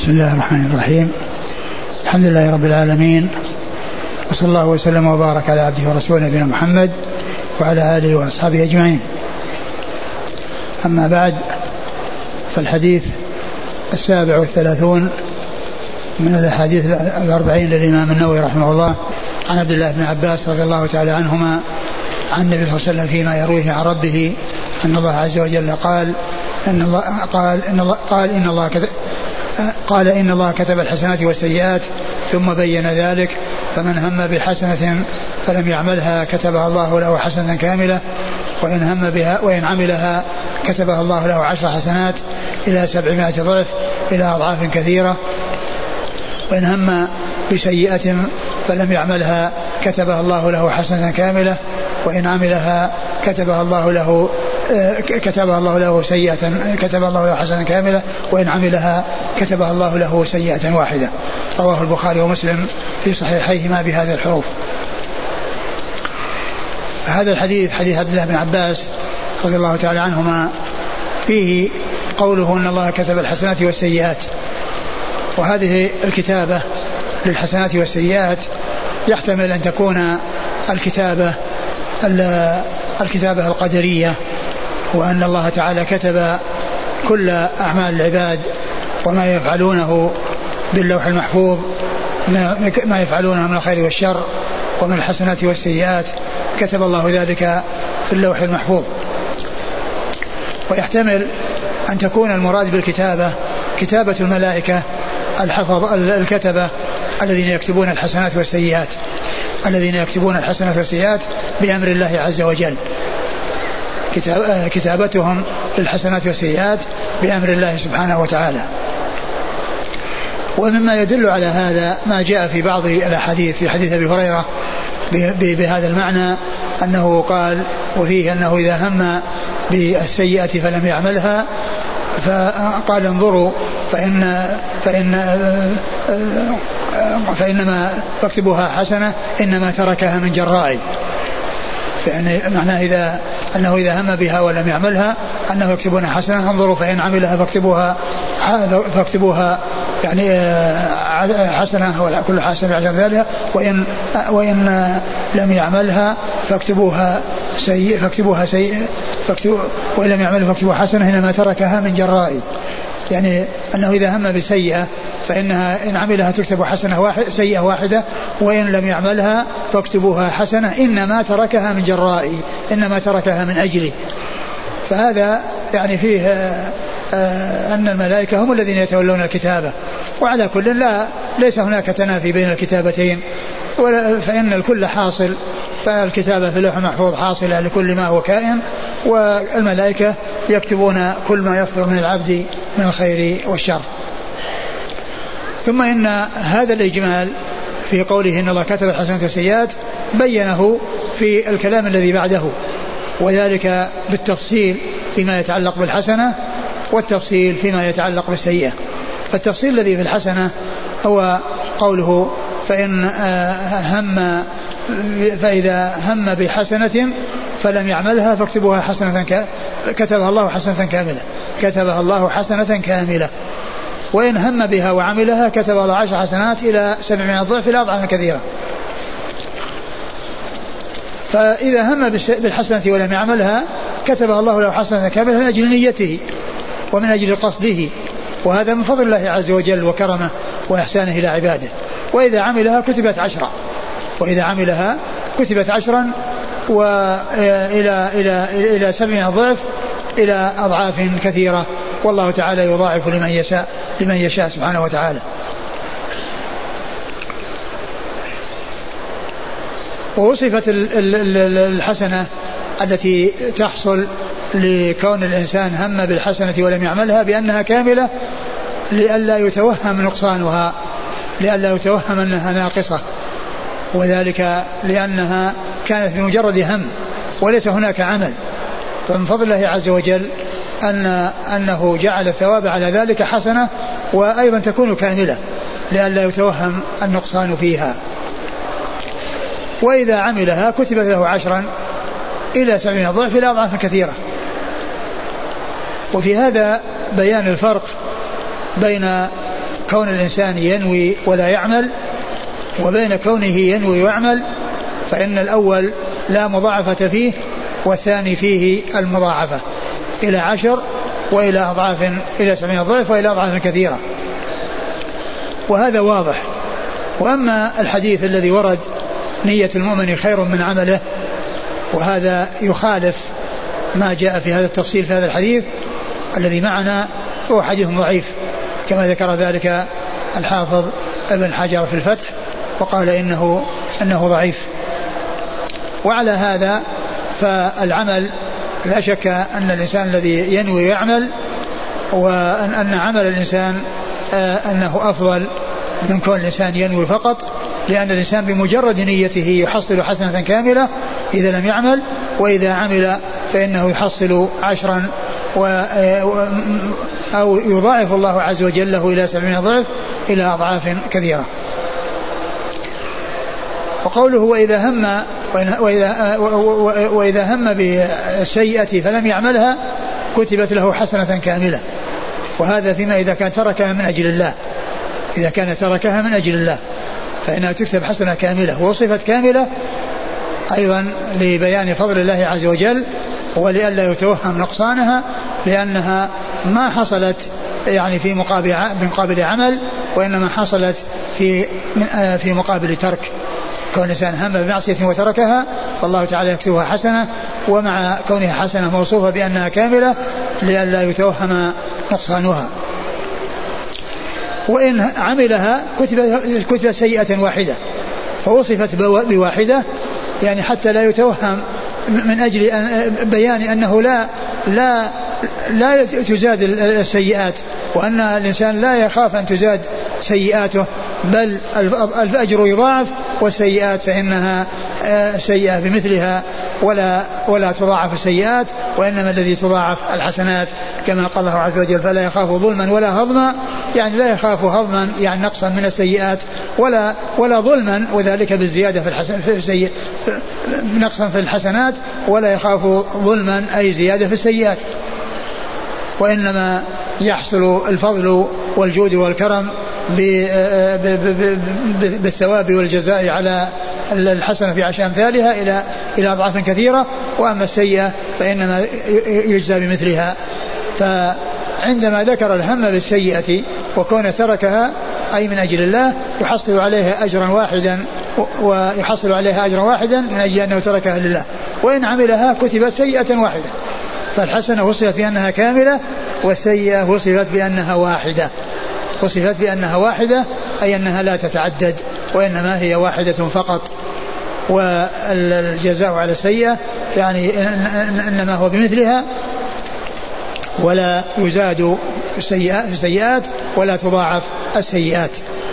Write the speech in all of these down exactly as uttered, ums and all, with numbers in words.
بسم الله الرحمن الرحيم. الحمد لله رب العالمين، وصلى الله وسلم وبارك على عبده ورسوله نبينا محمد وعلى آله وأصحابه أجمعين. أما بعد، فالحديث السابع والثلاثون من الأحاديث الأربعين للإمام النووي رحمه الله عن عبد الله بن عباس رضي الله تعالى عنهما عن النبي صلى الله عليه وسلم فيما يرويه عن ربه أن الله عز وجل قال إن الله قال إن الله قال إن الله كتب قال إن الله كتب الحسنات والسيئات، ثم بين ذلك: فمن هم بحسنة فلم يعملها كتبها الله له حسنة كاملة، وإن هم بها وإن عملها كتبها الله له عشر حسنات إلى سبعمائة ضعف إلى أضعاف كثيرة، وإن هم بسيئة فلم يعملها كتبها الله له حسنة كاملة، وإن عملها كتبها الله له كتبها الله له سيئة كتبها الله له حسنة كاملة، وإن عملها كتبها الله له سيئة واحدة. رواه البخاري ومسلم في صحيحيهما بهذه الحروف. هذا الحديث حديث عبد الله بن عباس رضي الله تعالى عنهما فيه قوله إن الله كتب الحسنات والسيئات، وهذه الكتابة للحسنات والسيئات يحتمل أن تكون الكتابة الكتابة القدرية، وأن الله تعالى كتب كل أعمال العباد وما يفعلونه باللوح المحفوظ، ما يفعلونه من الخير والشر ومن الحسنات والسيئات كتب الله ذلك في اللوح المحفوظ. ويحتمل أن تكون المراد بالكتابة كتابة الملائكة الحفظ الكتبة الذين يكتبون الحسنات والسيئات الذين يكتبون الحسنات والسيئات بأمر الله عز وجل، كتابتهم للحسنات والسيئات بأمر الله سبحانه وتعالى. ومما يدل على هذا ما جاء في بعض الأحاديث في حديث أبي هريرة بهذا المعنى، أنه قال وفيه أنه إذا هم بالسيئة فلم يعملها فقال انظروا فإن فإن فإنما فاكتبوها حسنة إنما تركها من جرائي، يعني معناه إذا أنه إذا هم بها ولم يعملها أنه يكتبون حسنة، انظروا فإن عملها فاكتبوها فاكتبوها يعني حسنة ولا كل حسنة بعد ذلك، وإن وإن لم يعملها فاكتبوها سيء فاكتبوها سيء فاكتبوا وإن لم يعملها فاكتبوها حسنة إنما تركها من جرائي، يعني أنه إذا هم بسيئة فإنها إن عملها تكتب حسنة واحد سيئة واحدة، وإن لم يعملها فاكتبوها حسنة إنما تركها من جرائي، إنما تركها من أجلي. فهذا يعني فيه أن الملائكة هم الذين يتولون الكتابة، وعلى كل لا ليس هناك تنافي بين الكتابتين، فإن الكل حاصل، فالكتابة في اللوح المحفوظ حاصلة لكل ما هو كائن، والملائكة يكتبون كل ما يصدر من العبد من الخير والشر. ثم إن هذا الإجمال في قوله إن الله كتب الحسنات والسيئات بينه في الكلام الذي بعده، وذلك بالتفصيل فيما يتعلق بالحسنة والتفصيل فيما يتعلق بالسيئة. فالتفصيل الذي في الحسنة هو قوله فإن هم فإذا هم بحسنة فلم يعملها فاكتبوها حسنة كتبها الله حسنة كاملة كتبها الله حسنة كاملة وإن هم بها وعملها كتب الله عشر حسنات إلى سبعمائة ضعف إلى أضعاف كثيرة. فإذا هم بالحسنة ولم يعملها كتبها الله له حسنة كاملة من أجل نيته ومن أجل قصده، وهذا من فضل الله عز وجل وكرمه وإحسانه إلى عباده. وإذا عملها كتبت عشرا وإذا عملها كتبت عشرا وإلى إلى إلى سبعين ضعف إلى أضعاف كثيرة، والله تعالى يضاعف لمن يشاء لمن يشاء سبحانه وتعالى. ووصفت الحسنة التي تحصل لكون الإنسان هم بالحسنة ولم يعملها بأنها كاملة لئلا يتوهم نقصانها، لئلا يتوهم أنها ناقصة، وذلك لأنها كانت بمجرد هم وليس هناك عمل. فمن فضل الله عز وجل أن أنه جعل الثواب على ذلك حسنة وأيضا تكون كاملة لئلا يتوهم النقصان فيها. وإذا عملها كتبت له عشرا إلى سبعين ضعف إلى أضعاف كثيرة. وفي هذا بيان الفرق بين كون الإنسان ينوي ولا يعمل وبين كونه ينوي ويعمل، فإن الأول لا مضاعفة فيه والثاني فيه المضاعفة إلى عشر وإلى أضعاف إلى سبعين ضعف وإلى أضعاف كثيرة، وهذا واضح. وأما الحديث الذي ورد نية المؤمن خير من عمله، وهذا يخالف ما جاء في هذا التفصيل في هذا الحديث الذي معنا، هو حديث ضعيف كما ذكر ذلك الحافظ ابن حجر في الفتح وقال إنه, إنه ضعيف. وعلى هذا فالعمل لا شك أن الإنسان الذي ينوي يعمل وأن أن عمل الإنسان أنه أفضل من كون الإنسان ينوي فقط، لأن الإنسان بمجرد نيته يحصل حسنة كاملة إذا لم يعمل، وإذا عمل فإنه يحصل عشرا و أو يضاعف الله عز وجل له إلى سبعين ضعف إلى أضعاف كثيرة. وقوله وإذا هم وإذا, وإذا هم بالسيئة فلم يعملها كتبت له حسنة كاملة، وهذا فيما إذا كان تركها من أجل الله، إذا كان تركها من أجل الله فإنها تكتب حسنة كاملة. ووصفت كاملة أيضا لبيان فضل الله عز وجل ولئلا يتوهم نقصانها، لأنها ما حصلت يعني في مقابل مقابل عمل، وإنما حصلت في في مقابل ترك. كون الإنسان هم بمعصية وتركها فالله تعالى يكتبها حسنة، ومع كونها حسنة موصوفة بأنها كاملة لئلا يتوهم نقصانها. وإن عملها كتبت سيئة واحدة، فوصفت بواحدة يعني حتى لا يتوهم من أجل بيان أنه لا لا لا تزاد السيئات، وأن الإنسان لا يخاف أن تزاد سيئاته، بل الأجر يضاعف، والسيئات فإنها سيئة بمثلها ولا ولا تضاعف السيئات، وإنما الذي تضاعف الحسنات كما قال الله عز وجل فلا يخاف ظلما ولا هضما، يعني لا يخاف هضما يعني نقصا من السيئات ولا ولا ظلما، وذلك بالزيادة في الحسن في السيئ نقصا في الحسنات، ولا يخاف ظلما أي زيادة في السيئات. وإنما يحصل الفضل والجود والكرم بالثواب والجزاء على الحسنة في عشر أمثالها إلى إلى أضعاف كثيرة، وأما السيئة فإنما يجزى بمثلها. فعندما ذكر الهم بالسيئة وكون تركها أي من أجل الله يحصل عليها أجرا واحدا ويحصل عليها أجرا واحدا من أجل أنه تركها لله، وإن عملها كتبت سيئة واحدة. فالحسنة وصفت بأنها كاملة، والسيئة وصفت بأنها واحدة، وصفت بأنها واحدة أي أنها لا تتعدد، وإنما هي واحدة فقط. والجزاء على السيئة يعني إنما هو بمثلها، ولا يزاد في السيئات ولا تضاعف السيئات.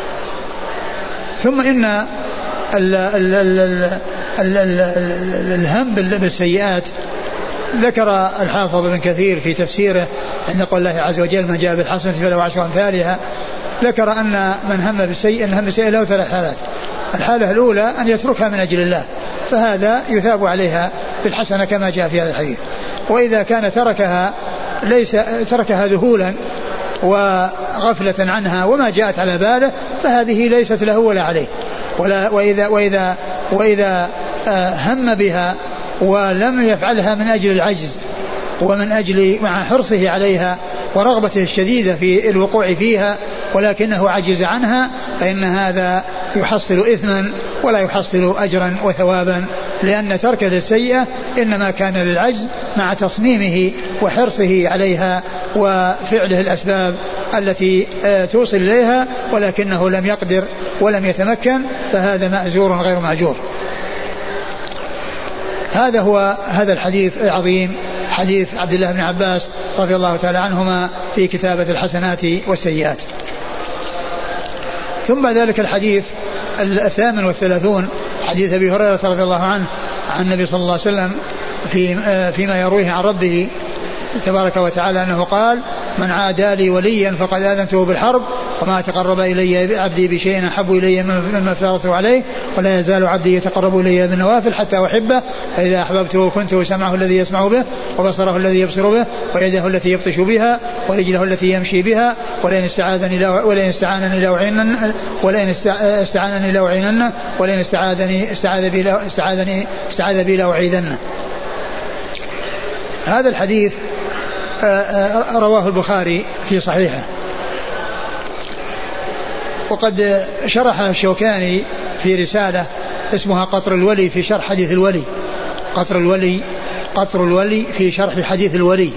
ثم إن ال ال ال ال الهم بالسيئات ذكر الحافظ ابن كثير في تفسيره عند قول الله عز وجل من جاء بالحسنة فله عشر أمثالها، ذكر أن من هم بالسيئة الهم بالسيئة له ثلاث حالات. الحالة الأولى أن يتركها من أجل الله، فهذا يثاب عليها بالحسنة كما جاء في هذا الحديث. وإذا كان تركها ليس تركها ذهولا وغفلة عنها وما جاءت على باله فهذه ليست له ولا عليه. ولا وإذا وإذا وإذا هم بها ولم يفعلها من أجل العجز ومن أجل مع حرصه عليها ورغبته الشديدة في الوقوع فيها ولكنه عجز عنها، فإن هذا يحصل إثما ولا يحصل أجرا وثوابا، لأن ترك السيئة إنما كان للعجز مع تصميمه وحرصه عليها وفعله الأسباب التي توصل إليها، ولكنه لم يقدر ولم يتمكن، فهذا مأزور غير مأجور. هذا هو هذا الحديث العظيم، حديث عبد الله بن عباس رضي الله تعالى عنهما في كتابة الحسنات والسيئات. ثم بعد ذلك الحديث الثامن والثلاثون حديث أبي هريرة رضي الله عنه عن النبي صلى الله عليه وسلم في فيما يرويه عن ربه تبارك وتعالى أنه قال من عادى لي وليا فقد آذنته بالحرب وما تقرب إلي عبدي بشيء أحب إلي مما افترضته عليه ولا يزال عبدي يتقرب إلي بالنوافل حتى أحبه فإذا أحببته كنت سمعه الذي يسمع به وبصره الذي يبصر به ويده التي يبطش بها ورجله التي يمشي بها ولئن استعاذني لا ولئن استعانني لأعينن ولئن استعانني لأعينن ولئن استعاذني استعاذ بي استعاذني استعاذ بي لأعيذنه. هذا الحديث رواه البخاري في صحيحه. وقد شرح الشوكاني في رسالة اسمها قطر الولي في شرح حديث الولي قطر الولي قطر الولي في شرح حديث الولي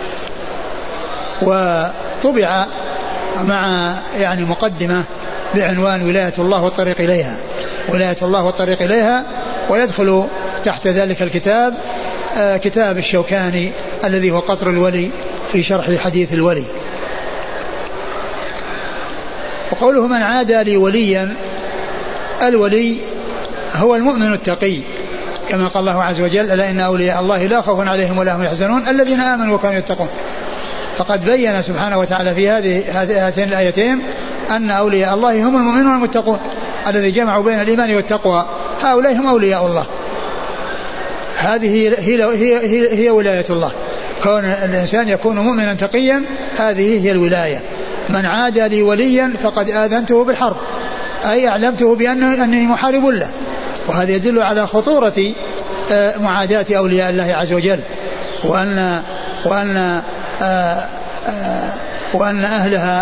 وطبع مع يعني مقدمة بعنوان ولاية الله والطريق إليها ولاية الله والطريق إليها ويدخل تحت ذلك الكتاب كتاب الشوكاني الذي هو قطر الولي في شرح حديث الولي. وقوله من عادى لي وليا الولي هو المؤمن التقي كما قال الله عز وجل ألا إن أولياء الله لا خوف عليهم ولا هم يحزنون الذين آمنوا وكانوا يتقون. فقد بين سبحانه وتعالى في هذه هاتين الآيتين أن أولياء الله هم المؤمنون المتقون الذي جمعوا بين الإيمان والتقوى هؤلاء هم أولياء الله. هذه هي, هي, هي, هي ولاية الله كون الإنسان يكون مؤمنا تقيا هذه هي الولاية. من عادى لي وليا فقد آذنته بالحرب أي أعلمته بأنه أنني محارب له وهذا يدل على خطورة معاداة أولياء الله عز وجل وأن وأن وأن أهلها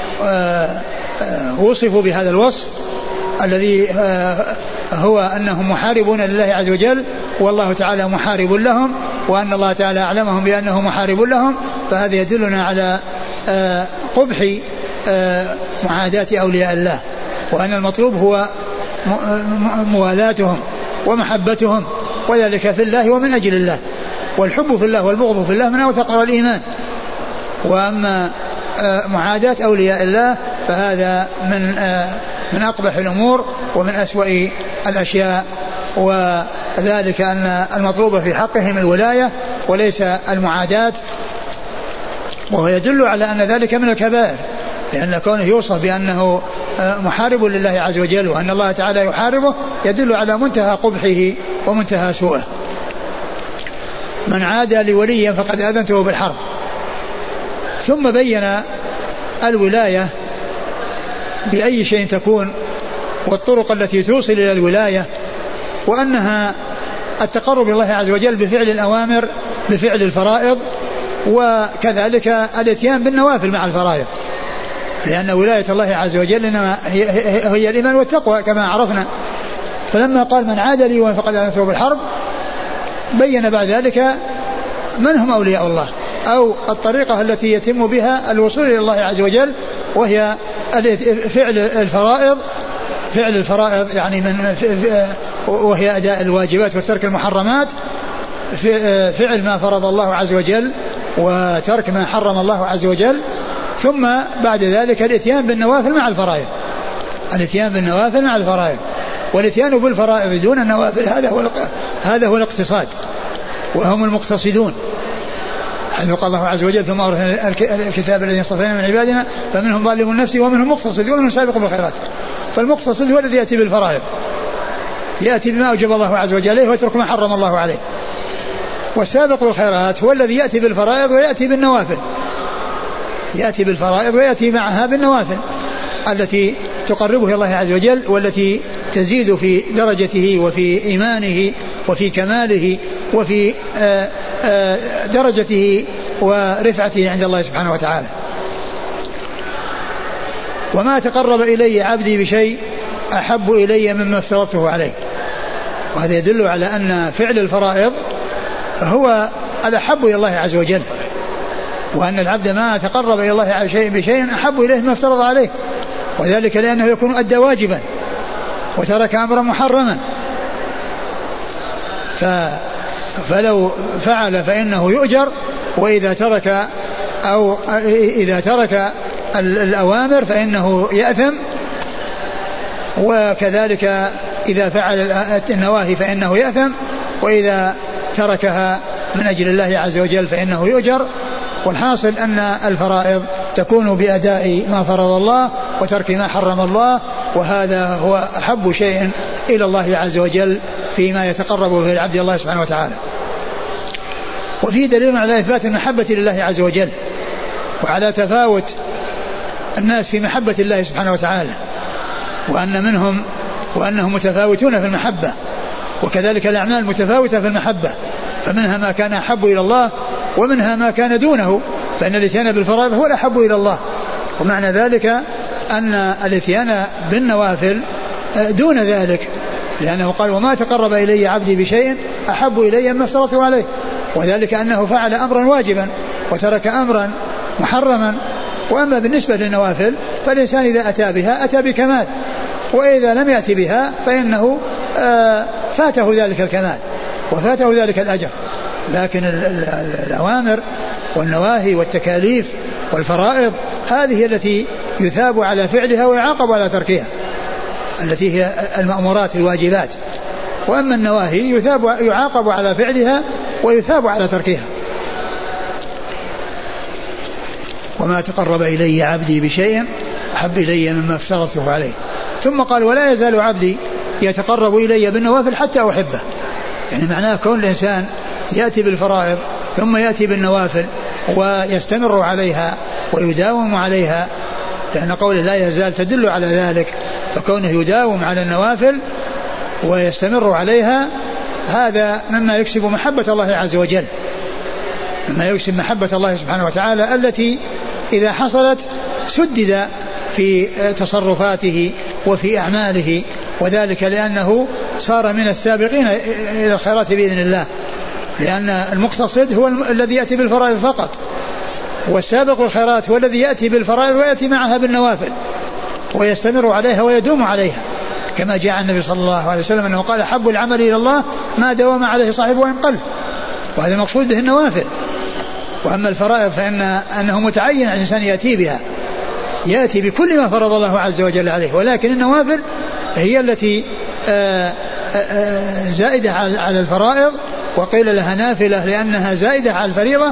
وصفوا بهذا الوصف الذي هو أنهم محاربون لله عز وجل والله تعالى محارب لهم وأن الله تعالى أعلمهم بأنه محارب لهم. فهذا يدلنا على قبح معاداة أولياء الله وأن المطلوب هو موالاتهم ومحبتهم وذلك في الله ومن أجل الله والحب في الله والبغض في الله من أوثق الإيمان. وأما معاداة أولياء الله فهذا من من أقبح الأمور ومن أسوأ الأشياء وذلك أن المطلوب في حقهم الولاية وليس المعاداة وهو يدل على أن ذلك من الكبائر لأن كونه يوصف بأنه محارب لله عز وجل وأن الله تعالى يحاربه يدل على منتهى قبحه ومنتهى سوءه. من عادى لوليا فقد آذنته بالحرب. ثم بين الولاية بأي شيء تكون والطرق التي توصل إلى الولاية وأنها التقرب الله عز وجل بفعل الأوامر بفعل الفرائض وكذلك الاتيان بالنوافل مع الفرائض لأن ولاية الله عز وجل إنما هي, هي الإيمان والتقوى كما عرفنا. فلما قال من عاد لي فقد آذنته بالحرب بين بعد ذلك من هم أولياء الله أو الطريقة التي يتم بها الوصول إلى الله عز وجل وهي فعل الفرائض فعل الفرائض يعني من وهي أداء الواجبات وترك المحرمات فعل ما فرض الله عز وجل وترك ما حرم الله عز وجل ثم بعد ذلك الاتيان بالنوافل مع الفرائض الاتيان بالنوافل مع الفرائض والاتيان بالفرائض دون النوافل هذا هو هذا هو الاقتصاد وهم المقتصدون حيث قال الله عز وجل ثم أورثنا الكتاب الذي اصطفينا من عبادنا فمنهم ظالم لنفسه ومنهم مقتصد ومنهم سابق بالخيرات. فالمقتصد هو الذي يأتي بالفرائض يأتي بما أوجب الله عز وجل عليه ويترك ما حرم الله عليه والسابق بالخيرات هو الذي يأتي بالفرائض ويأتي بالنوافل يأتي بالفرائض ويأتي معها بالنوافل التي تقربه إلى الله عز وجل والتي تزيد في درجته وفي إيمانه وفي كماله وفي آآ آآ درجته ورفعته عند الله سبحانه وتعالى. وما تقرب إلي عبدي بشيء أحب إلي مما افترضته عليه. وهذا يدل على أن فعل الفرائض هو الأحب إلى الله عز وجل وأن العبد ما تقرب إلى الله بشيء أحب إليه ما افترض عليه وذلك لأنه يكون أدى واجبا وترك أمرا محرما ف فلو فعل فإنه يؤجر وإذا ترك أو إذا ترك الأوامر فإنه يأثم وكذلك إذا فعل النواهي فإنه يأثم وإذا تركها من أجل الله عز وجل فإنه يؤجر. والحاصل أن الفرائض تكون بأداء ما فرض الله وترك ما حرم الله، وهذا هو أحب شيء إلى الله عز وجل فيما يتقرب به العبد الله سبحانه وتعالى. وفيه دليل على إثبات المحبة لله عز وجل وعلى تفاوت الناس في محبة الله سبحانه وتعالى، وأن منهم وأنهم متفاوتون في المحبة، وكذلك الأعمال متفاوتة في المحبة، فمنها ما كان أحب إلى الله ومنها ما كان دونه، فإن الاتيان بالفرائض هو الأحب إلى الله، ومعنى ذلك أن الاتيان بالنوافل دون ذلك، لأنه قال وما تقرب إلي عبدي بشيء أحب إلي مما افترضته عليه، وذلك أنه فعل أمرا واجبا وترك أمرا محرما. وأما بالنسبة للنوافل فالإنسان إذا أتى بها أتى بكمال، وإذا لم يأتي بها فإنه فاته ذلك الكمال وفاته ذلك الأجر. لكن الأوامر والنواهي والتكاليف والفرائض هذه التي يثاب على فعلها ويعاقب على تركها، التي هي المأمورات الواجبات. وأما النواهي يثاب يعاقب على فعلها ويثاب على تركها. وما تقرب إلي عبدي بشيء أحب إلي مما افترضته عليه. ثم قال ولا يزال عبدي يتقرب إلي بالنوافل حتى أحبه. يعني معناه كون الإنسان يأتي بالفرائض ثم يأتي بالنوافل ويستمر عليها ويداوم عليها، لأن قوله لا يزال تدل على ذلك، فكونه يداوم على النوافل ويستمر عليها هذا مما يكسب محبة الله عز وجل، مما يكسب محبة الله سبحانه وتعالى التي إذا حصلت سدد في تصرفاته وفي أعماله، وذلك لأنه صار من السابقين إلى الخيرات بإذن الله، لأن المقتصد هو الذي يأتي بالفرائض فقط، والسابق الخيرات هو الذي يأتي بالفرائض ويأتي معها بالنوافل ويستمر عليها ويدوم عليها، كما جاء النبي صلى الله عليه وسلم أنه قال حب العمل إلى الله ما دوام عليه صاحبه وإن قل، وهذا المقصود به النوافل. وأما الفرائض فإن أنه متعين الإنسان يأتي بها، يأتي بكل ما فرض الله عز وجل عليه، ولكن النوافل هي التي زائدة على الفرائض، وقيل لها نافلة لأنها زائدة على الفريضة،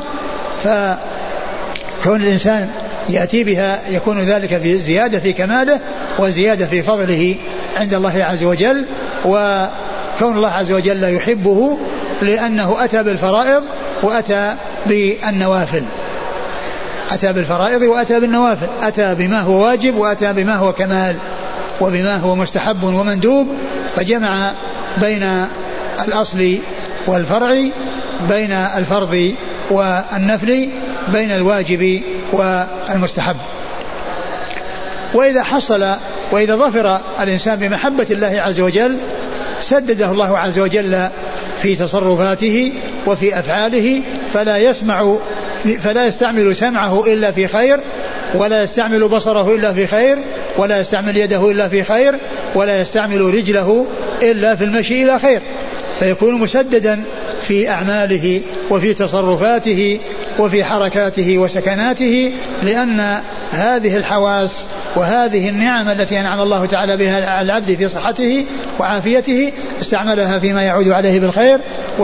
فكون الإنسان يأتي بها يكون ذلك في زيادة في كماله وزيادة في فضله عند الله عز وجل. وكون الله عز وجل يحبه لأنه أتى بالفرائض وأتى بالنوافل، أتى بالفرائض وأتى بالنوافل، أتى بما هو واجب وأتى بما هو كمال وبما هو مستحب ومندوب، فجمع بين الأصل والفرع، بين الفرض والنفل، بين الواجب والمستحب. وإذا حصل وإذا ظفر الإنسان بمحبة الله عز وجل سدده الله عز وجل في تصرفاته وفي أفعاله، فلا يسمع فلا يستعمل سمعه إلا في خير، ولا يستعمل بصره إلا في خير، ولا يستعمل يده إلا في خير، ولا يستعمل رجله إلا في المشي إلى خير، فيكون مسددا في أعماله وفي تصرفاته وفي حركاته وسكناته، لأن هذه الحواس وهذه النعم التي أنعم الله تعالى بها على العبد في صحته وعافيته استعملها فيما يعود عليه بالخير،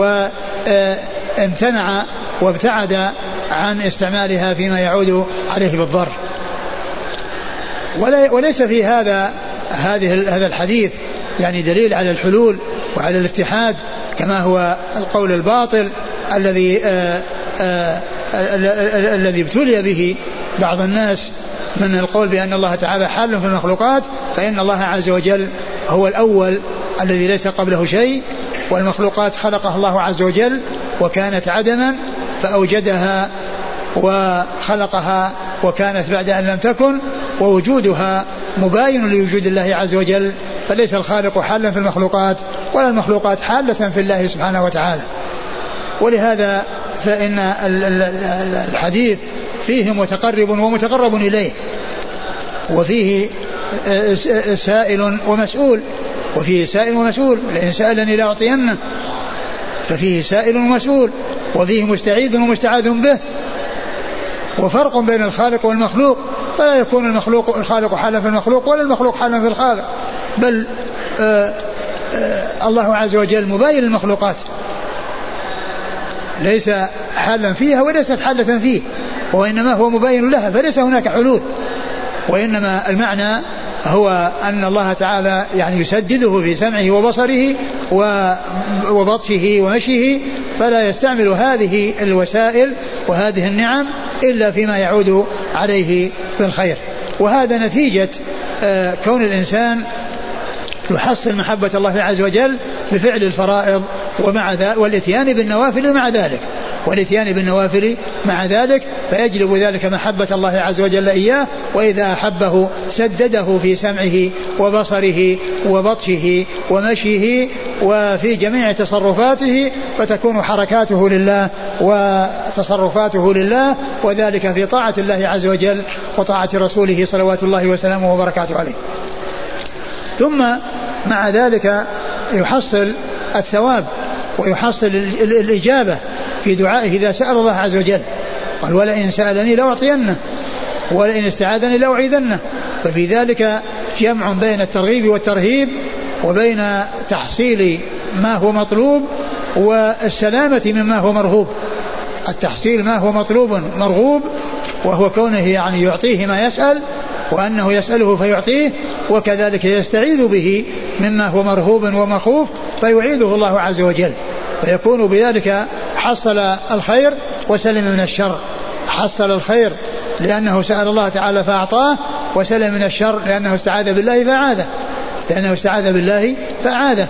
وامتنع وابتعد عن استعمالها فيما يعود عليه بالضر. وليس في هذا هذه هذا الحديث يعني دليل على الحلول وعلى الاتحاد كما هو القول الباطل الذي آآ آآ الذي ابتلي به بعض الناس من القول بأن الله تعالى حال في المخلوقات، فإن الله عز وجل هو الأول الذي ليس قبله شيء، والمخلوقات خلقها الله عز وجل وكانت عدما فأوجدها وخلقها وكانت بعد أن لم تكن، ووجودها مباين لوجود الله عز وجل، فليس الخالق حالا في المخلوقات ولا المخلوقات حالة في الله سبحانه وتعالى. ولهذا فإن الحديث فيه متقرب ومتقرب إليه، وفيه سائل ومسؤول، وفيه سائل ومسؤول، لئن سألني لأعطينه، ففيه سائل ومسؤول، وفيه مستعيذ ومستعاذ به. وفرق بين الخالق والمخلوق، فلا يكون المخلوق الخالق حالا في المخلوق ولا المخلوق حالا في الخالق، بل آآ آآ الله عز وجل مباين للمخلوقات، ليس حالا فيها وليست حالة فيه، وإنما هو مبين لها، فليس هناك حلول، وإنما المعنى هو أن الله تعالى يعني يسدده في سمعه وبصره وبطشه ومشيه، فلا يستعمل هذه الوسائل وهذه النعم إلا فيما يعود عليه بالخير. وهذا نتيجة كون الإنسان يحصل محبة الله عز وجل بفعل الفرائض ومع ذلك والاتيان بالنوافل مع ذلك والاتيان بالنوافل مع ذلك فيجلب ذلك محبة الله عز وجل إياه. وإذا أحبه سدده في سمعه وبصره وبطشه ومشيه وفي جميع تصرفاته، فتكون حركاته لله وتصرفاته لله، وذلك في طاعة الله عز وجل وطاعة رسوله صلوات الله وسلامه وبركاته عليه. ثم مع ذلك يحصل الثواب ويحصل الإجابة في دعائه إذا سأل الله عز وجل. قال ولئن سألني لأعطينه ولئن استعاذني لأعيذنه. ففي ذلك جمع بين الترغيب والترهيب وبين تحصيل ما هو مطلوب والسلامة مما هو مرغوب. التحصيل ما هو مطلوب مرغوب وهو كونه يعني يعطيه ما يسأل وأنه يسأله فيعطيه، وكذلك يستعيذ به مما هو مرهوب ومخوف فيعيذه الله عز وجل، فيكون بذلك حصل الخير وسلم من الشر. حصل الخير لأنه سأل الله تعالى فأعطاه، وسلم من الشر لأنه استعاذ بالله فأعاذه لأنه استعاذ بالله فأعاذه.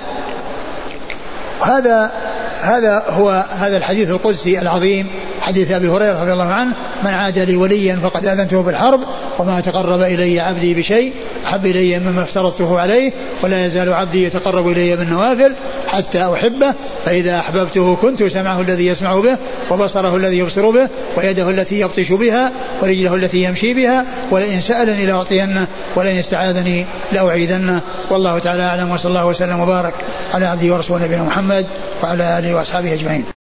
هذا هذا هو هذا الحديث القدسي العظيم، حديث أبي هريرة رضي الله عنه: من عاد لي وليا فقد آذنته بالحرب وما تقرب إلي عبدي بشيء أحب إلي مما افترضته عليه ولا يزال عبدي يتقرب إلي بالنوافل حتى أحبه فإذا أحببته كنت سمعه الذي يسمع به وبصره الذي يبصر به ويده التي يبطش بها ورجله التي يمشي بها ولئن سألني لأعطينه ولئن استعاذني لأعيذنه. والله تعالى أعلم، وصلى الله وسلم وبارك على عبده ورسوله نبينا محمد وعلى آله وأصحابه أجمعين.